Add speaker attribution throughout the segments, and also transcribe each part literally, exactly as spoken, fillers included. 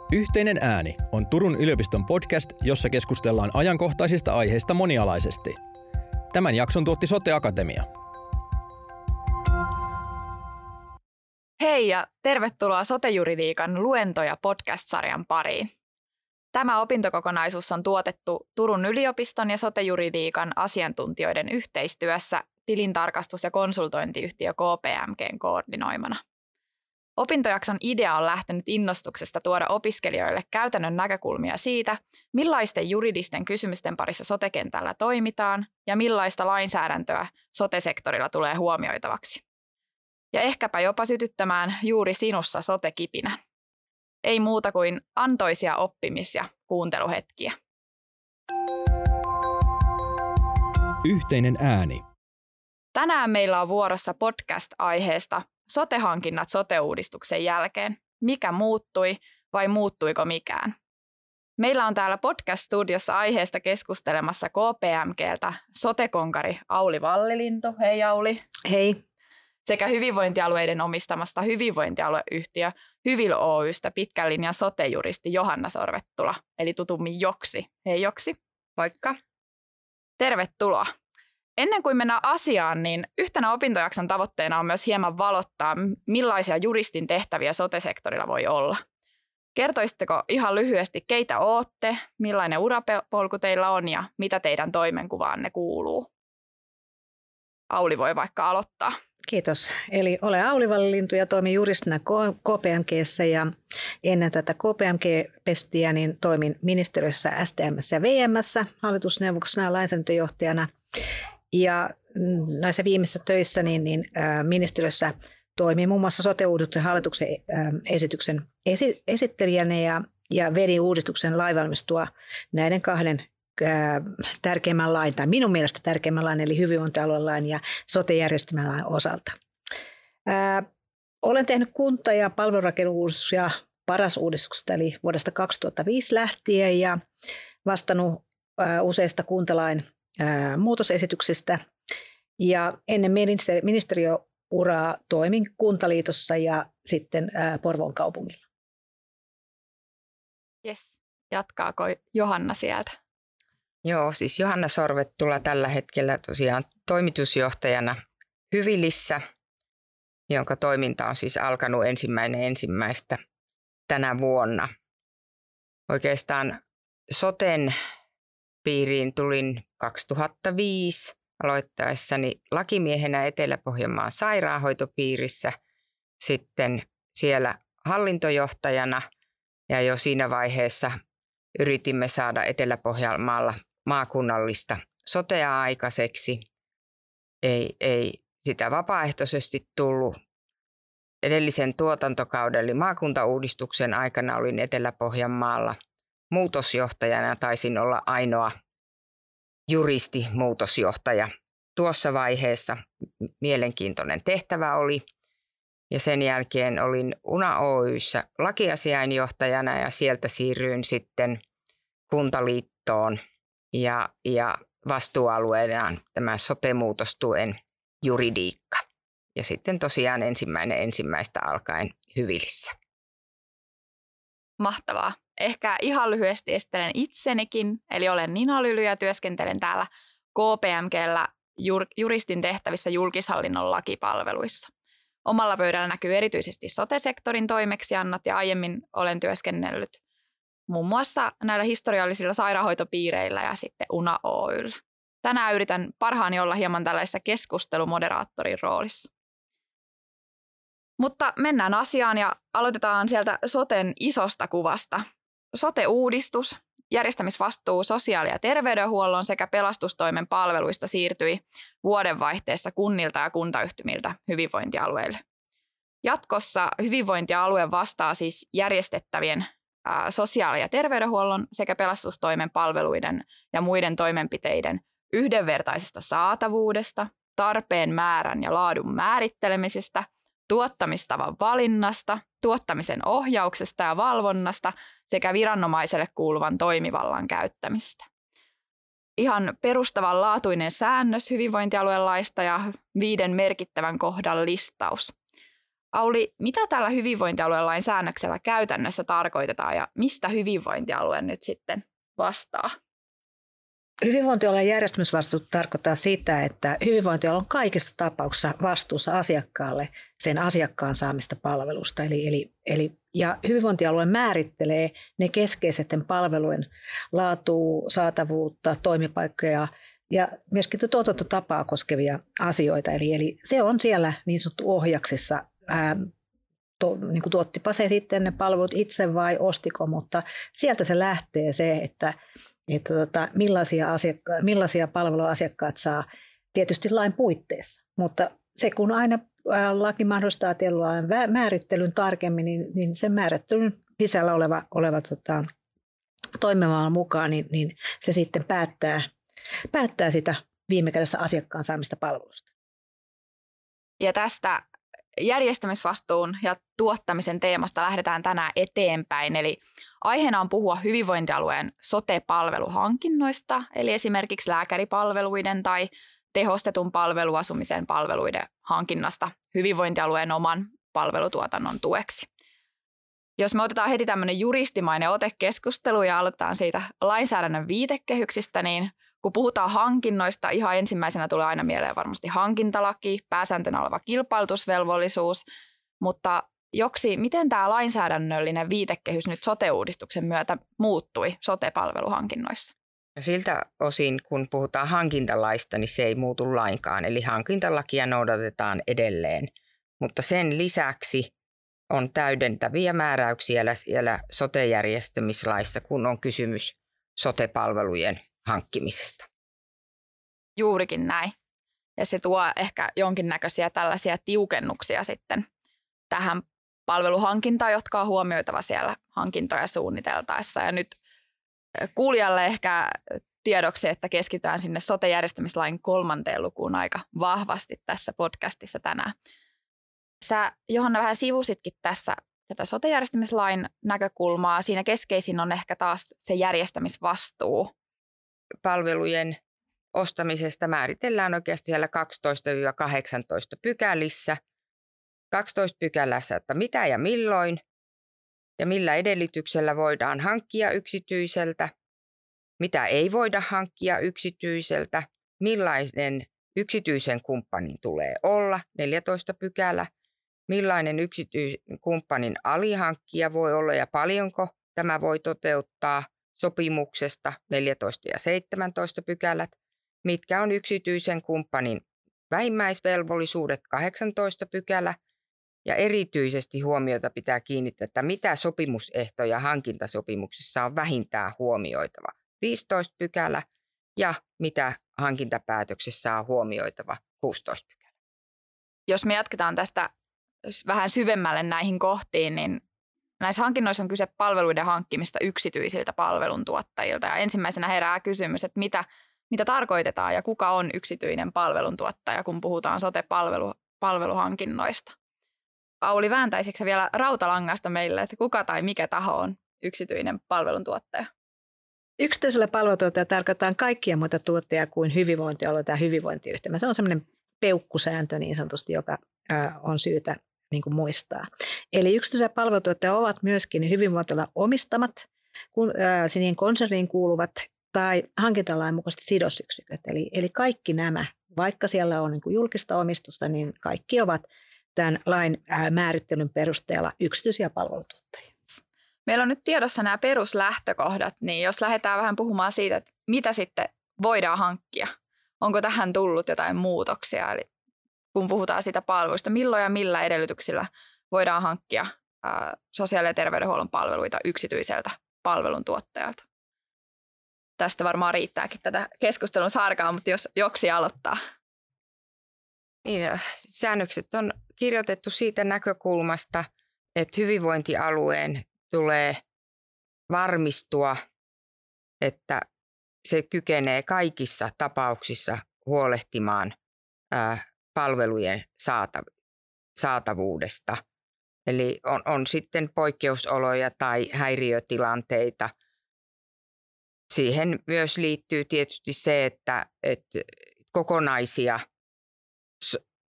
Speaker 1: Yhteinen ääni on Turun yliopiston podcast, jossa keskustellaan ajankohtaisista aiheista monialaisesti. Tämän jakson tuotti Sote Akatemia.
Speaker 2: Hei ja tervetuloa Sote-juridiikan luento- ja podcast-sarjan pariin. Tämä opintokokonaisuus on tuotettu Turun yliopiston ja Sote-juridiikan asiantuntijoiden yhteistyössä tilintarkastus- ja konsultointiyhtiö K P M G:n koordinoimana. Opintojakson idea on lähtenyt innostuksesta tuoda opiskelijoille käytännön näkökulmia siitä, millaisten juridisten kysymysten parissa sote-kentällä toimitaan ja millaista lainsäädäntöä sote-sektorilla tulee huomioitavaksi. Ja ehkäpä jopa sytyttämään juuri sinussa sote-kipinän. Ei muuta kuin antoisia oppimis- ja kuunteluhetkiä.
Speaker 1: Yhteinen ääni.
Speaker 2: Tänään meillä on vuorossa podcast-aiheesta Sote-hankinnat sote-uudistuksen jälkeen. Mikä muuttui vai muuttuiko mikään? Meillä on täällä podcast-studiossa aiheesta keskustelemassa K P M G:ltä sote-konkari Auli Vallilintu. Hei Auli.
Speaker 3: Hei.
Speaker 2: Sekä hyvinvointialueiden omistamasta hyvinvointialueyhtiö Hyvil Oy:stä pitkän linjan sote-juristi Johanna Sorvettula, eli tutummin Joksi. Hei Joksi.
Speaker 3: Moikka.
Speaker 2: Tervetuloa. Ennen kuin mennään asiaan, niin yhtenä opintojakson tavoitteena on myös hieman valottaa, millaisia juristin tehtäviä sote-sektorilla voi olla. Kertoisitteko ihan lyhyesti, keitä ootte, millainen urapolku teillä on ja mitä teidän toimenkuvaanne kuuluu? Auli voi vaikka aloittaa.
Speaker 3: Kiitos. Eli olen Auli Vallilintu ja toimin juristina K P M G:ssä ja ennen tätä K P M G-pestiä niin toimin ministeriössä S T M:ssä ja V M:ssä hallitusneuvoksena ja lainsäädäntöjohtajana. Ja näissä viimeisissä töissä niin, niin, ä, ministeriössä toimii muun muassa sote-uudistuksen hallituksen ä, esityksen esi- esittelijänä ja, ja vedin uudistuksen lainvalmistua näiden kahden ä, tärkeimmän lain, tai minun mielestä tärkeimmän lain, eli hyvinvointialuelain ja sote-järjestelmän lain osalta. Ä, olen tehnyt kunta- ja palvelurakenneuudistus ja paras-uudistuksesta, eli vuodesta kaksituhattaviisi lähtien, ja vastannut ä, useista kuntalain ää, muutosesityksistä. Ja ennen ministeri- ministeriöuraa toimin Kuntaliitossa ja sitten ää, Porvoon kaupungilla.
Speaker 2: Yes. Jatkaako Johanna sieltä?
Speaker 4: Joo, siis Johanna Sorvettula tällä hetkellä tosiaan toimitusjohtajana Hyvilissä, jonka toiminta on siis alkanut ensimmäinen ensimmäistä tänä vuonna. Oikeastaan soten piiriin tulin kaksituhattaviisi aloittaessani lakimiehenä Etelä-Pohjanmaan sairaanhoitopiirissä, sitten siellä hallintojohtajana ja jo siinä vaiheessa yritimme saada Etelä-Pohjanmaalla maakunnallista sotea aikaiseksi. Ei, ei sitä vapaaehtoisesti tullut. Edellisen tuotantokauden eli maakuntauudistuksen aikana olin Etelä-Pohjanmaalla muutosjohtajana, taisin olla ainoa juristi muutosjohtaja. Tuossa vaiheessa mielenkiintoinen tehtävä oli. Ja sen jälkeen olin Una Oy:ssä lakiasiainjohtajana ja sieltä siirryin sitten Kuntaliittoon ja, ja vastuualueenaan tämä sote-muutostuen juridiikka. Ja sitten tosiaan ensimmäinen ensimmäistä alkaen Hyvilissä.
Speaker 2: Mahtavaa. Ehkä ihan lyhyesti esittelen itsenikin, eli olen Nina Lyly ja työskentelen täällä K P M G:llä jur- juristin tehtävissä julkishallinnon lakipalveluissa. Omalla pöydällä näkyy erityisesti sote-sektorin toimeksiannot ja aiemmin olen työskennellyt muun muassa näillä historiallisilla sairaanhoitopiireillä ja sitten Una Oy:llä. Tänään yritän parhaani olla hieman tällaisessa keskustelumoderaattorin roolissa. Mutta mennään asiaan ja aloitetaan sieltä soten isosta kuvasta. Sote-uudistus, järjestämisvastuu sosiaali- ja terveydenhuollon sekä pelastustoimen palveluista siirtyi vuodenvaihteessa kunnilta ja kuntayhtymiltä hyvinvointialueille. Jatkossa hyvinvointialue vastaa siis järjestettävien ää, sosiaali- ja terveydenhuollon sekä pelastustoimen palveluiden ja muiden toimenpiteiden yhdenvertaisesta saatavuudesta, tarpeen määrän ja laadun määrittelemisestä, tuottamistavan valinnasta, tuottamisen ohjauksesta ja valvonnasta sekä viranomaiselle kuuluvan toimivallan käyttämistä. Ihan perustavanlaatuinen säännös hyvinvointialueen laista ja viiden merkittävän kohdan listaus. Auli, mitä tällä hyvinvointialueen säännöksellä käytännössä tarkoitetaan ja mistä hyvinvointialue nyt sitten vastaa?
Speaker 3: Hyvinvointialueen järjestämisvastuu tarkoittaa sitä, että hyvinvointialue on kaikissa tapauksissa vastuussa asiakkaalle sen asiakkaan saamista palvelusta. Eli, eli, eli, ja hyvinvointialue määrittelee ne keskeiset palvelujen laatua, saatavuutta, toimipaikkoja ja myöskin tuotantotapaa koskevia asioita. Eli, eli se on siellä niin sanottu ohjaksissa. Ää, to, niin kuin tuottipa se sitten ne palvelut itse vai ostiko, mutta sieltä se lähtee se, että Että tota, millaisia, asiakka- millaisia palveluja asiakkaat saa tietysti lain puitteissa. Mutta se kun aina laki mahdollistaa tietynlainen määrittelyn tarkemmin, niin, niin sen määrittelyn sisällä oleva, oleva tota, toimimaan mukaan, niin, niin se sitten päättää, päättää sitä viime kädessä asiakkaan saamista palvelusta.
Speaker 2: Ja tästä järjestämisvastuun ja tuottamisen teemasta lähdetään tänään eteenpäin. Eli aiheena on puhua hyvinvointialueen sote-palveluhankinnoista, eli esimerkiksi lääkäripalveluiden tai tehostetun palveluasumisen palveluiden hankinnasta hyvinvointialueen oman palvelutuotannon tueksi. Jos me otetaan heti tämmöinen juristimainen ote keskusteluun ja aloitetaan siitä lainsäädännön viitekehyksistä, niin kun puhutaan hankinnoista, ihan ensimmäisenä tulee aina mieleen varmasti hankintalaki, pääsääntönä oleva kilpailutusvelvollisuus, mutta Joksi, miten tämä lainsäädännöllinen viitekehys nyt sote-uudistuksen myötä muuttui sote-palveluhankinnoissa?
Speaker 4: No siltä osin, kun puhutaan hankintalaista, niin se ei muutu lainkaan, eli hankintalakia noudatetaan edelleen, mutta sen lisäksi on täydentäviä määräyksiä siellä sote-järjestämislaissa, kun on kysymys sote-palvelujen hankkimisesta.
Speaker 2: Juurikin näin. Ja se tuo ehkä jonkinnäköisiä tällaisia tiukennuksia sitten tähän palveluhankintaan, jotka on huomioitava siellä hankintoja suunniteltaessa. Ja nyt kuulijalle ehkä tiedoksi, että keskitytään sinne sote-järjestämislain kolmanteen lukuun aika vahvasti tässä podcastissa tänään. Sä, Johanna, vähän sivusitkin tässä tätä sote-järjestämislain näkökulmaa. Siinä keskeisin on ehkä taas se järjestämisvastuu.
Speaker 4: Palvelujen ostamisesta määritellään oikeasti siellä kaksitoista kahdeksantoista pykälissä. kaksitoista pykälässä, että mitä ja milloin ja millä edellytyksellä voidaan hankkia yksityiseltä, mitä ei voida hankkia yksityiseltä, millainen yksityisen kumppanin tulee olla, neljästoista pykälä, millainen yksityisen kumppanin alihankkija voi olla ja paljonko tämä voi toteuttaa sopimuksesta, neljätoista ja seitsemäntoista pykälät, mitkä on yksityisen kumppanin vähimmäisvelvollisuudet, kahdeksantoista pykälä, ja erityisesti huomiota pitää kiinnittää, että mitä sopimusehtoja hankintasopimuksessa on vähintään huomioitava, viisitoista pykälä, ja mitä hankintapäätöksessä on huomioitava, kuusitoista pykälä.
Speaker 2: Jos me jatketaan tästä vähän syvemmälle näihin kohtiin, niin näissä hankinnoissa on kyse palveluiden hankkimista yksityisiltä palveluntuottajilta. Ja ensimmäisenä herää kysymys, että mitä, mitä tarkoitetaan ja kuka on yksityinen palveluntuottaja, kun puhutaan sote-palveluhankinnoista. Auli, vääntäisikö vielä rautalangasta meille, että kuka tai mikä taho on yksityinen palveluntuottaja?
Speaker 3: Yksityisellä palveluntuottajalla tarkoittaa kaikkia muita tuottajia kuin hyvinvointialueita ja hyvinvointiyhtymä. Se on sellainen peukkusääntö niin sanotusti, joka on syytä niin kuin muistaa. Eli yksityisellä palveluntuottajat ovat myöskin hyvinvointialueen omistamat, kun siihen konserniin kuuluvat tai hankintalain mukaiset sidosyksiköt. Eli, eli kaikki nämä, vaikka siellä on niin kuin julkista omistusta, niin kaikki ovat tämän lain määrittelyn perusteella yksityisiä palveluntuottajia.
Speaker 2: Meillä on nyt tiedossa nämä peruslähtökohdat, niin jos lähdetään vähän puhumaan siitä, että mitä sitten voidaan hankkia, onko tähän tullut jotain muutoksia, eli kun puhutaan siitä palveluista, milloin ja millä edellytyksillä voidaan hankkia ää, sosiaali- ja terveydenhuollon palveluita yksityiseltä palveluntuottajalta. Tästä varmaan riittääkin tätä keskustelun sarkaa, mutta jos Joksi aloittaa.
Speaker 4: Niin, säännökset on kirjoitettu siitä näkökulmasta, että hyvinvointialueen tulee varmistua, että se kykenee kaikissa tapauksissa huolehtimaan ää, palvelujen saatavuudesta. Eli on, on sitten poikkeusoloja tai häiriötilanteita. Siihen myös liittyy tietysti se, että, että kokonaisia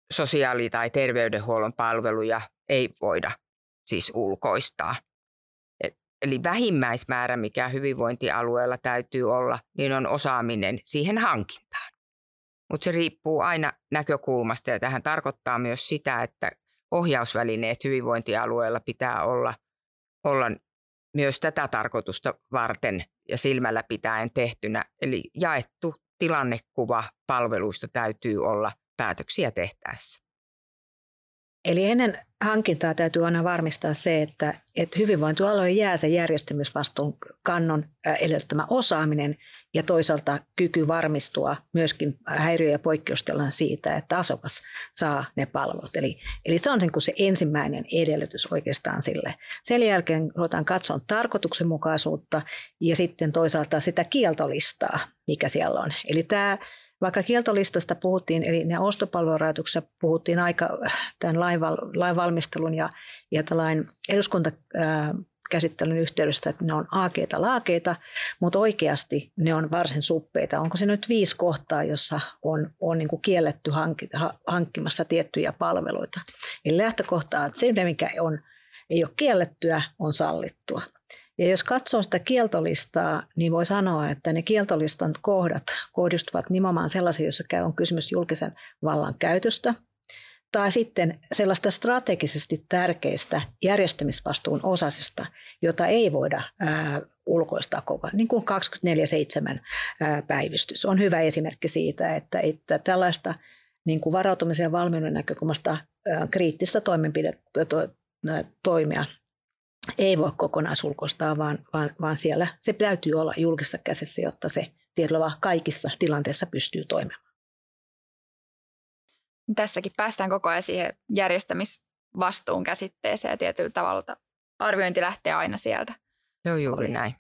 Speaker 4: sosiaali- tai terveydenhuollon palveluja ei voida siis ulkoistaa. Eli vähimmäismäärä, mikä hyvinvointialueella täytyy olla, niin on osaaminen siihen hankintaan. Mutta se riippuu aina näkökulmasta ja tähän tarkoittaa myös sitä, että ohjausvälineet hyvinvointialueella pitää olla, olla myös tätä tarkoitusta varten ja silmällä pitäen tehtynä. Eli jaettu tilannekuva palveluista täytyy olla päätöksiä tehtäessä.
Speaker 3: Eli ennen hankintaa täytyy aina varmistaa se, että, että hyvinvointialueelle jää se järjestämisvastuun kannon edellyttämä osaaminen ja toisaalta kyky varmistua myöskin häiriö- ja poikkeustilan siitä, että asukas saa ne palvelut. Eli, eli se on niin kuin se ensimmäinen edellytys oikeastaan sille. Sen jälkeen ruvetaan katsoa tarkoituksenmukaisuutta ja sitten toisaalta sitä kieltolistaa, mikä siellä on. Eli tämä Vaikka kieltolistasta puhuttiin, eli ne ostopalvelurajoituksessa puhuttiin aika tämän lainval, lainvalmistelun ja, ja lain eduskuntakäsittelyn yhteydessä, että ne on aakeita laakeita, mutta oikeasti ne on varsin suppeita. Onko se nyt viisi kohtaa, jossa on, on niin kuin kielletty hankki, hankkimassa tiettyjä palveluita. Eli lähtökohtaa, että se mikä on, ei ole kiellettyä, on sallittua. Ja jos katsoo sitä kieltolistaa, niin voi sanoa, että ne kieltolistan kohdat kohdistuvat nimenomaan sellaisiin, joissa on kysymys julkisen vallan käytöstä, tai sitten sellaista strategisesti tärkeistä järjestämisvastuun osasista, jota ei voida ää, ulkoistaa koko ajan, niin kuin kaksikymmentäneljä seitsemän ää, päivystys. On hyvä esimerkki siitä, että, että tällaista niin kuin varautumisen ja valmiuden näkökulmasta ää, kriittistä toimenpidettä to, toimia ei voi kokonaisulkoistaa, vaan, vaan, vaan siellä se täytyy olla julkisessa käsissä, jotta se tietyllä kaikissa tilanteissa pystyy toimimaan.
Speaker 2: Tässäkin päästään koko ajan siihen järjestämisvastuun käsitteeseen ja tietyllä tavalla arviointi lähtee aina sieltä.
Speaker 4: Joo, juuri näin.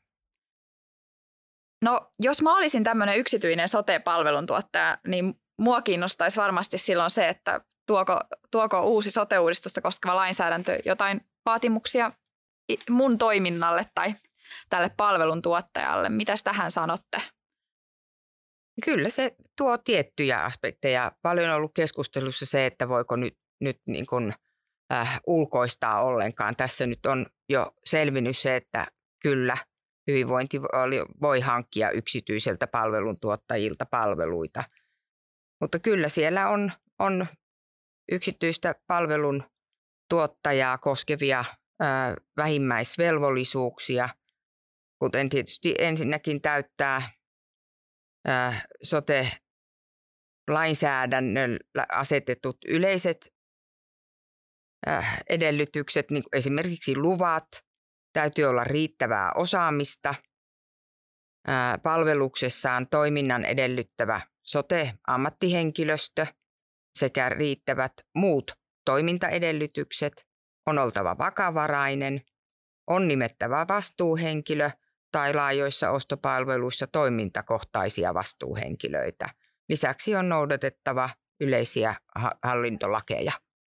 Speaker 2: No, jos mä olisin tämmöinen yksityinen sote-palveluntuottaja, niin mua kiinnostaisi varmasti silloin se, että tuoko, tuoko uusi sote-uudistusta koskeva lainsäädäntö jotain vaatimuksia mun toiminnalle tai tälle palveluntuottajalle. Mitäs tähän sanotte?
Speaker 4: Kyllä se tuo tiettyjä aspekteja. Paljon on ollut keskustelussa se, että voiko nyt, nyt niin kuin, äh, ulkoistaa ollenkaan. Tässä nyt on jo selvinnyt se, että kyllä hyvinvointi voi hankkia yksityiseltä palveluntuottajilta palveluita. Mutta kyllä siellä on, on yksityistä palveluntuottajaa koskevia äh, vähimmäisvelvollisuuksia, kuten tietysti ensinnäkin täyttää äh, sote-lainsäädännöllä asetetut yleiset äh, edellytykset, niin esimerkiksi luvat, täytyy olla riittävää osaamista, äh, palveluksessaan toiminnan edellyttävä sote-ammattihenkilöstö sekä riittävät muut toimintaedellytykset, on oltava vakavarainen, on nimettävä vastuuhenkilö tai laajoissa ostopalveluissa toimintakohtaisia vastuuhenkilöitä. Lisäksi on noudatettava yleisiä hallintolakeja.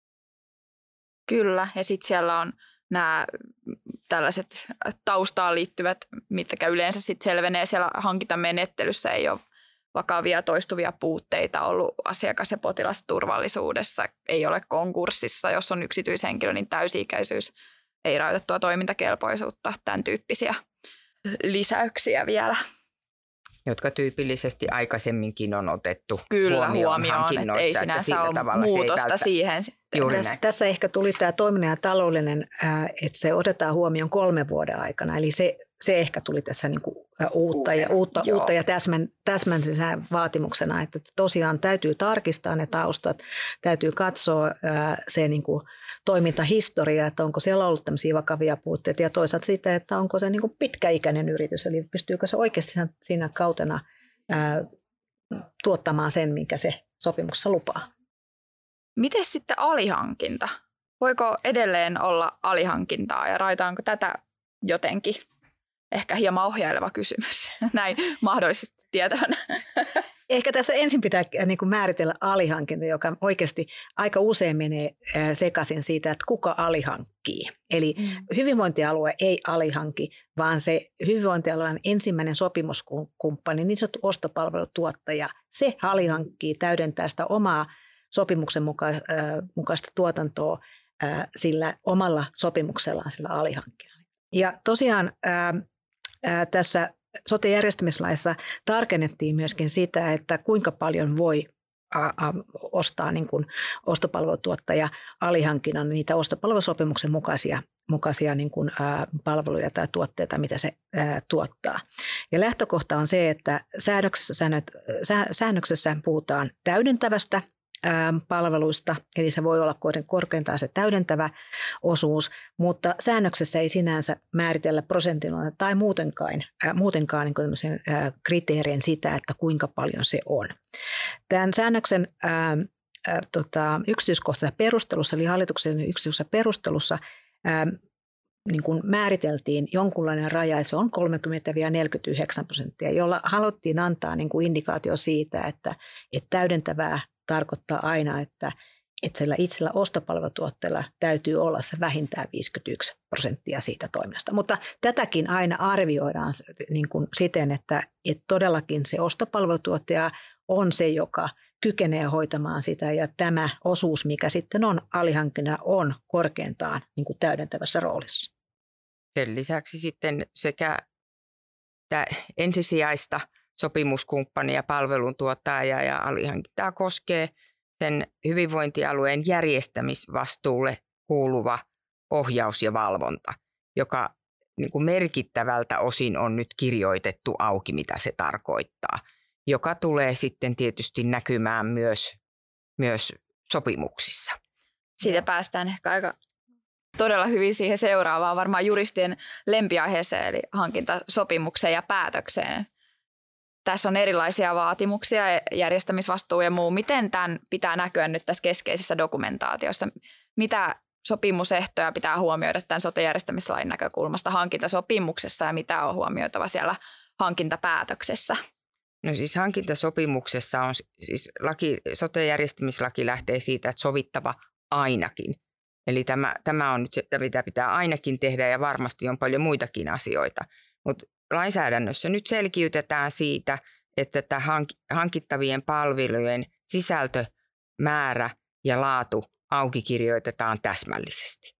Speaker 2: Kyllä, ja sitten siellä on nämä tällaiset taustaan liittyvät, mitkä yleensä sitten selvenee siellä hankintamenettelyssä, ei ole vakavia toistuvia puutteita ollut asiakas- ja potilasturvallisuudessa, ei ole konkurssissa, jos on yksityishenkilö, niin täysi-ikäisyys, ei rajoitettua toimintakelpoisuutta, tämän tyyppisiä lisäyksiä vielä.
Speaker 4: Jotka tyypillisesti aikaisemminkin on otettu
Speaker 2: Kyllä,
Speaker 4: huomioon,
Speaker 2: huomioon että ei sinänsä ole muutosta siihen.
Speaker 3: Tässä, tässä ehkä tuli tämä toiminnan ja taloudellinen, että se otetaan huomioon kolmen vuoden aikana, eli se, se ehkä tuli tässä niin kuin uutta ja, uutta, uutta ja täsmän, täsmänsisenä vaatimuksena, että tosiaan täytyy tarkistaa ne taustat, täytyy katsoa ää, se niin kuin toimintahistoria, että onko siellä ollut tämmöisiä vakavia puutteita ja toisaalta sitä, että onko se niin kuin pitkäikäinen yritys, eli pystyykö se oikeasti siinä kautena ää, tuottamaan sen, minkä se sopimuksessa lupaa.
Speaker 2: Miten sitten alihankinta? Voiko edelleen olla alihankintaa ja raitaanko tätä jotenkin? Ehkä hieman ohjaileva kysymys, näin mahdollisesti tietävänä.
Speaker 3: Ehkä tässä ensin pitää niin kuin määritellä alihankinta, joka oikeasti aika usein menee sekaisin siitä, että kuka alihankkii. Eli mm. hyvinvointialue ei alihanki, vaan se hyvinvointialueen ensimmäinen sopimuskumppani, niin sanottu ostopalvelutuottaja, se alihankkii, täydentää sitä omaa sopimuksen muka- mukaista tuotantoa sillä omalla sopimuksellaan sillä alihankkijalla. Ja tosiaan ää, ää, tässä sote-järjestämislaissa tarkennettiin myöskin sitä, että kuinka paljon voi ää, ää, ostaa niin kuin ostopalvelutuottaja alihankinnan niitä ostopalvelusopimuksen mukaisia, mukaisia niin kuin, ää, palveluja tai tuotteita, mitä se ää, tuottaa. Ja lähtökohta on se, että säännöksessä, säännöt, sää, säännöksessä puhutaan täydentävästä palveluista, eli se voi olla korkeintaan se täydentävä osuus, mutta säännöksessä ei sinänsä määritellä prosentilla tai muutenkaan, äh, muutenkaan niin kuin äh, kriteerien sitä, että kuinka paljon se on. Tämän säännöksen äh, äh, tota, yksityiskohtaisessa perustelussa, eli hallituksen yksityisessä perustelussa, äh, niin kuin määriteltiin jonkunlainen raja, ja se on kolmekymmentä neljäkymmentäyhdeksän prosenttia, jolla haluttiin antaa niin kuin indikaatio siitä, että, että täydentävää tarkoittaa aina, että, että sillä itsellä ostopalvelutuotteella täytyy olla se vähintään viisikymmentäyksi prosenttia siitä toiminnasta. Mutta tätäkin aina arvioidaan niin kuin siten, että, että todellakin se ostopalvelutuottaja on se, joka kykenee hoitamaan sitä, ja tämä osuus, mikä sitten on alihankkina, on korkeintaan niin kuin täydentävässä roolissa.
Speaker 4: Sen lisäksi sitten sekä tämä ensisijaista sopimuskumppania, palveluntuottajaa ja alihankintaa koskee sen hyvinvointialueen järjestämisvastuulle kuuluva ohjaus ja valvonta, joka niin kuin merkittävältä osin on nyt kirjoitettu auki, mitä se tarkoittaa, joka tulee sitten tietysti näkymään myös, myös sopimuksissa.
Speaker 2: Siitä päästään ehkä aika todella hyvin siihen seuraavaan, varmaan juristien lempiaiheeseen, eli hankintasopimukseen ja päätökseen. Tässä on erilaisia vaatimuksia, järjestämisvastuu ja muu. Miten tämän pitää näkyä nyt tässä keskeisessä dokumentaatiossa? Mitä sopimusehtoja pitää huomioida tämän sote-järjestämislain näkökulmasta hankintasopimuksessa ja mitä on huomioitava siellä hankintapäätöksessä?
Speaker 4: No siis hankintasopimuksessa on siis laki, sote-järjestämislaki lähtee siitä, että sovittava ainakin. Eli tämä, tämä on nyt se, mitä pitää ainakin tehdä ja varmasti on paljon muitakin asioita. Mutta lainsäädännössä nyt selkiytetään siitä, että tämä hankittavien palvelujen sisältö, määrä ja laatu auki kirjoitetaan täsmällisesti.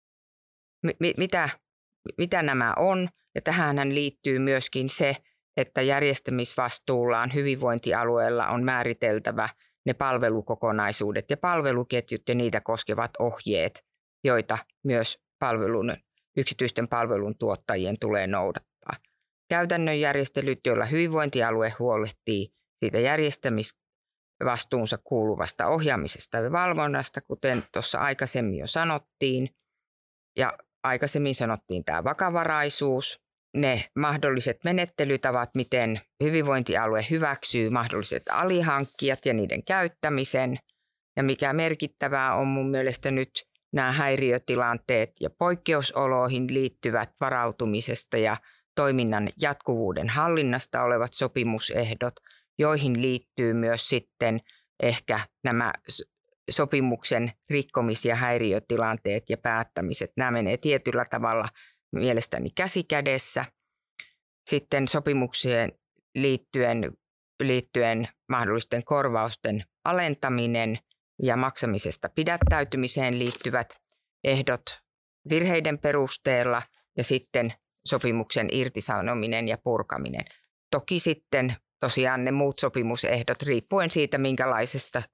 Speaker 4: M- mitä, mitä nämä on? Ja tähän liittyy myöskin se, että järjestämisvastuullaan hyvinvointialueella on määriteltävä ne palvelukokonaisuudet ja palveluketjut ja niitä koskevat ohjeet, joita myös palvelun, yksityisten palveluntuottajien tulee noudattaa. Käytännön järjestelyt, joilla hyvinvointialue huolehtii siitä järjestämisvastuunsa kuuluvasta ohjaamisesta ja valvonnasta, kuten tuossa aikaisemmin jo sanottiin. Ja aikaisemmin sanottiin tämä vakavaraisuus, ne mahdolliset menettelytavat, miten hyvinvointialue hyväksyy mahdolliset alihankkijat ja niiden käyttämisen. Ja mikä merkittävää on mun mielestä nyt nämä häiriötilanteet ja poikkeusoloihin liittyvät varautumisesta ja toiminnan jatkuvuuden hallinnasta olevat sopimusehdot, joihin liittyy myös sitten ehkä nämä sopimuksen rikkomis- ja häiriötilanteet ja päättämiset. Nämä menee tietyllä tavalla mielestäni käsi kädessä. Sitten sopimukseen liittyen, liittyen mahdollisten korvausten alentaminen ja maksamisesta pidättäytymiseen liittyvät ehdot virheiden perusteella ja sitten sopimuksen irtisanominen ja purkaminen. Toki sitten tosiaan ne muut sopimusehdot riippuen siitä, minkälaisesta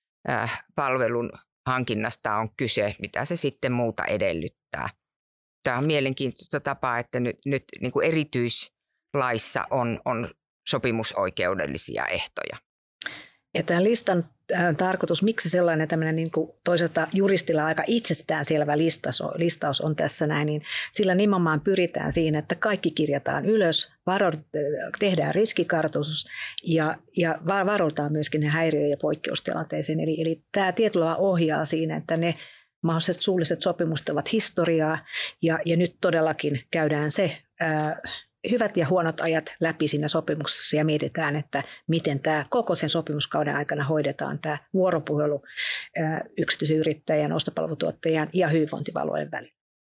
Speaker 4: äh, palvelun hankinnasta on kyse, mitä se sitten muuta edellyttää. Tämä on mielenkiintoista tapaa, että nyt, nyt niin kuin erityislaissa on, on sopimusoikeudellisia ehtoja.
Speaker 3: Ja tämän listan äh, tarkoitus, miksi sellainen tämmöinen niin kuin toisaalta juristilla aika itsestäänselvä listaus, listaus on tässä näin, niin sillä nimenomaan pyritään siihen, että kaikki kirjataan ylös, varo, tehdään riskikartoitus ja, ja varoitaan myöskin ne häiriö- ja poikkeustilanteeseen. Eli, eli tämä tietyllä ohjaa siinä, että ne mahdolliset suulliset sopimukset ovat historiaa ja, ja nyt todellakin käydään se ää, hyvät ja huonot ajat läpi siinä sopimuksessa ja mietitään, että miten tämä koko sen sopimuskauden aikana hoidetaan tämä vuoropuhelu ää, yksityisen yrittäjän, ostopalvelutuottajan ja hyvinvointialueen välillä.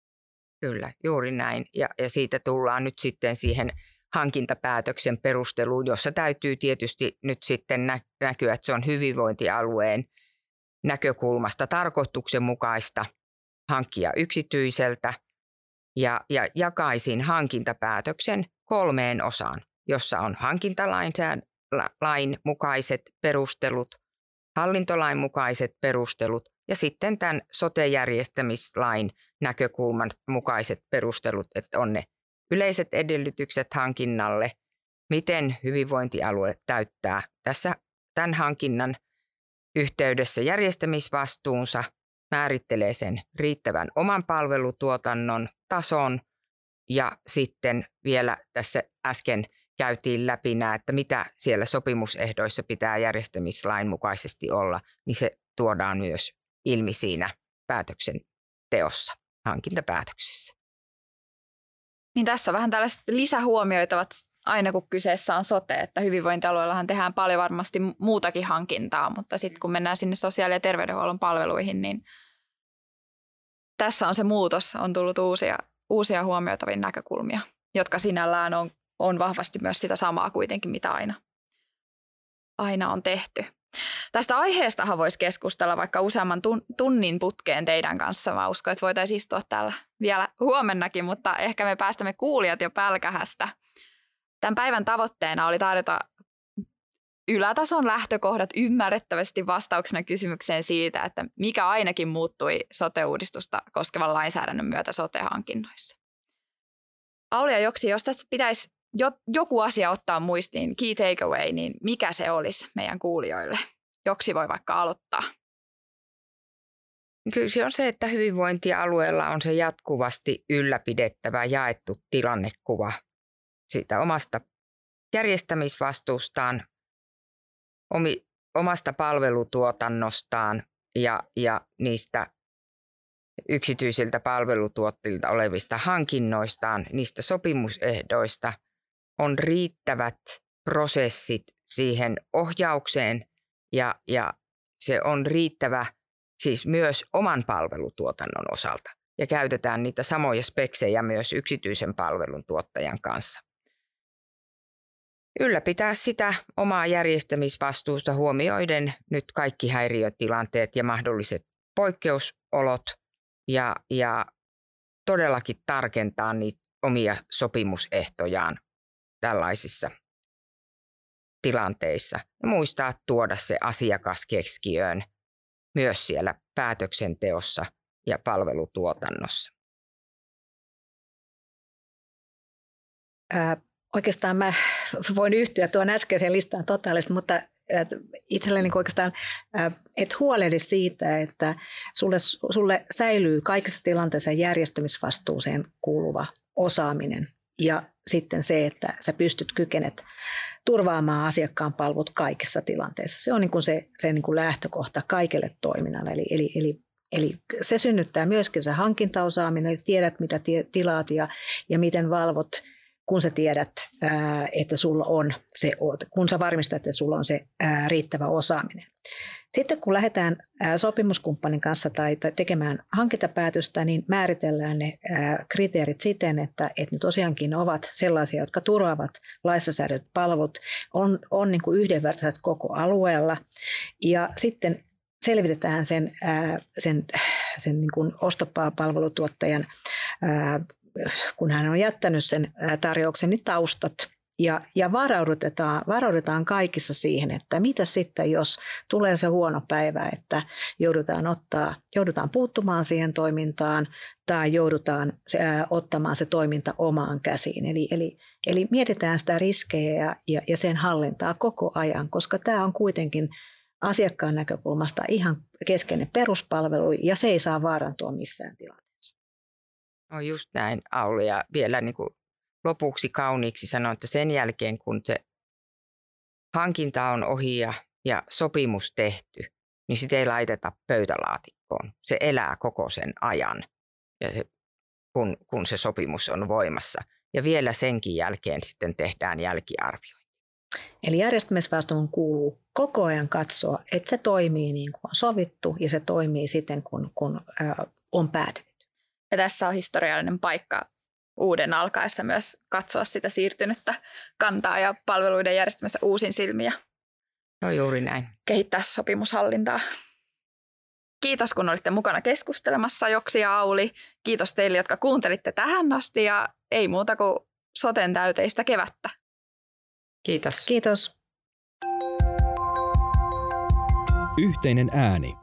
Speaker 4: Kyllä, juuri näin. Ja, ja siitä tullaan nyt sitten siihen hankintapäätöksen perusteluun, jossa täytyy tietysti nyt sitten nä- näkyä, että se on hyvinvointialueen näkökulmasta tarkoituksenmukaista hankkia yksityiseltä ja, ja jakaisin hankintapäätöksen kolmeen osaan, jossa on hankintalain mukaiset perustelut, hallintolain mukaiset perustelut ja sitten tämän sote-järjestämislain näkökulman mukaiset perustelut, että on ne yleiset edellytykset hankinnalle, miten hyvinvointialue täyttää tässä tämän hankinnan yhteydessä järjestämisvastuunsa, määrittelee sen riittävän oman palvelutuotannon tason ja sitten vielä tässä äsken käytiin läpi nämä, että mitä siellä sopimusehdoissa pitää järjestämislain mukaisesti olla, niin se tuodaan myös ilmi siinä päätöksenteossa, hankintapäätöksessä.
Speaker 2: Niin tässä on vähän tällaiset lisähuomioitavat aina kun kyseessä on sote, että hyvinvointialueellahan tehdään paljon varmasti muutakin hankintaa, mutta sitten kun mennään sinne sosiaali- ja terveydenhuollon palveluihin, niin tässä on se muutos, on tullut uusia, uusia huomioitavia näkökulmia, jotka sinällään on, on vahvasti myös sitä samaa kuitenkin, mitä aina, aina on tehty. Tästä aiheestahan voisi keskustella vaikka useamman tunnin putkeen teidän kanssa. Mä uskon, että voitaisiin istua täällä vielä huomennakin, mutta ehkä me päästämme kuulijat jo pälkähästä. Tämän päivän tavoitteena oli tarjota ylätason lähtökohdat ymmärrettävästi vastauksena kysymykseen siitä, että mikä ainakin muuttui sote-uudistusta koskevan lainsäädännön myötä sote-hankinnoissa. Auli ja Joksi, jos tässä pitäisi joku asia ottaa muistiin, key takeaway, niin mikä se olisi meidän kuulijoille? Joksi voi vaikka aloittaa.
Speaker 4: Kyllä se on se, että hyvinvointialueella on se jatkuvasti ylläpidettävä jaettu tilannekuva siitä omasta järjestämisvastuustaan, omi, omasta palvelutuotannostaan ja, ja niistä yksityisiltä palvelutuottajilta olevista hankinnoistaan, niistä sopimusehdoista on riittävät prosessit siihen ohjaukseen ja, ja se on riittävä siis myös oman palvelutuotannon osalta ja käytetään niitä samoja speksejä myös yksityisen palvelun tuottajan kanssa. Ylläpitää sitä omaa järjestämisvastuusta huomioiden nyt kaikki häiriötilanteet ja mahdolliset poikkeusolot ja, ja todellakin tarkentaa niitä omia sopimusehtojaan tällaisissa tilanteissa ja muistaa tuoda se asiakas keskiöön myös siellä päätöksenteossa ja palvelutuotannossa.
Speaker 3: Ää, oikeastaan mä voin yhtyä tuon äskeiseen listaan totaalisesti, mutta itselleni oikeastaan, et huolehdi siitä, että sulle, sulle säilyy kaikissa tilanteissa järjestämisvastuuseen kuuluva osaaminen ja sitten se, että sä pystyt kykenet turvaamaan asiakkaan palvelut kaikissa tilanteissa. Se on niin kuin se, se niin kuin lähtökohta kaikelle toiminnalle. Eli, eli, eli, eli se synnyttää myöskin se hankintaosaaminen, eli tiedät mitä tilaat ja, ja miten valvot, kun sä tiedät, että sulla on se, kun sä varmistat, että sulla on se riittävä osaaminen. Sitten kun lähdetään sopimuskumppanin kanssa tai tekemään hankintapäätöstä, niin määritellään ne kriteerit siten, että, että ne tosiaankin ovat sellaisia, jotka turvaavat laissa säädetyt palvelut, on, on niin kuin yhdenvertaiset koko alueella. Ja sitten selvitetään sen, sen, sen niin kuin ostopalvelutuottajan, kun hän on jättänyt sen tarjouksen, niin taustat. Ja, ja varaudutaan, varaudutaan kaikissa siihen, että mitä sitten, jos tulee se huono päivä, että joudutaan, ottaa, joudutaan puuttumaan siihen toimintaan tai joudutaan ää, ottamaan se toiminta omaan käsiin. Eli, eli, eli mietitään sitä riskejä ja, ja, ja sen hallintaa koko ajan, koska tämä on kuitenkin asiakkaan näkökulmasta ihan keskeinen peruspalvelu ja se ei saa vaarantua missään tilanteessa.
Speaker 4: No just näin, Auli, ja vielä niin kuin lopuksi kauniiksi sanon, että sen jälkeen kun se hankinta on ohi ja, ja sopimus tehty, niin sitä ei laiteta pöytälaatikkoon. Se elää koko sen ajan, ja se, kun, kun se sopimus on voimassa. Ja vielä senkin jälkeen sitten tehdään jälkiarviointi.
Speaker 3: Eli järjestämisvastuun kuuluu koko ajan katsoa, että se toimii niin kuin on sovittu ja se toimii siten, kun, kun ää, on päätetty.
Speaker 2: Ja tässä on historiallinen paikka uuden alkaessa myös katsoa sitä siirtynyttä kantaa ja palveluiden järjestämässä uusin silmiä.
Speaker 4: No juuri näin.
Speaker 2: Kehittää sopimushallintaa. Kiitos, kun olitte mukana keskustelemassa, Joksi ja Auli. Kiitos teille, jotka kuuntelitte tähän asti ja ei muuta kuin soten täyteistä kevättä.
Speaker 4: Kiitos.
Speaker 3: Kiitos.
Speaker 1: Yhteinen ääni.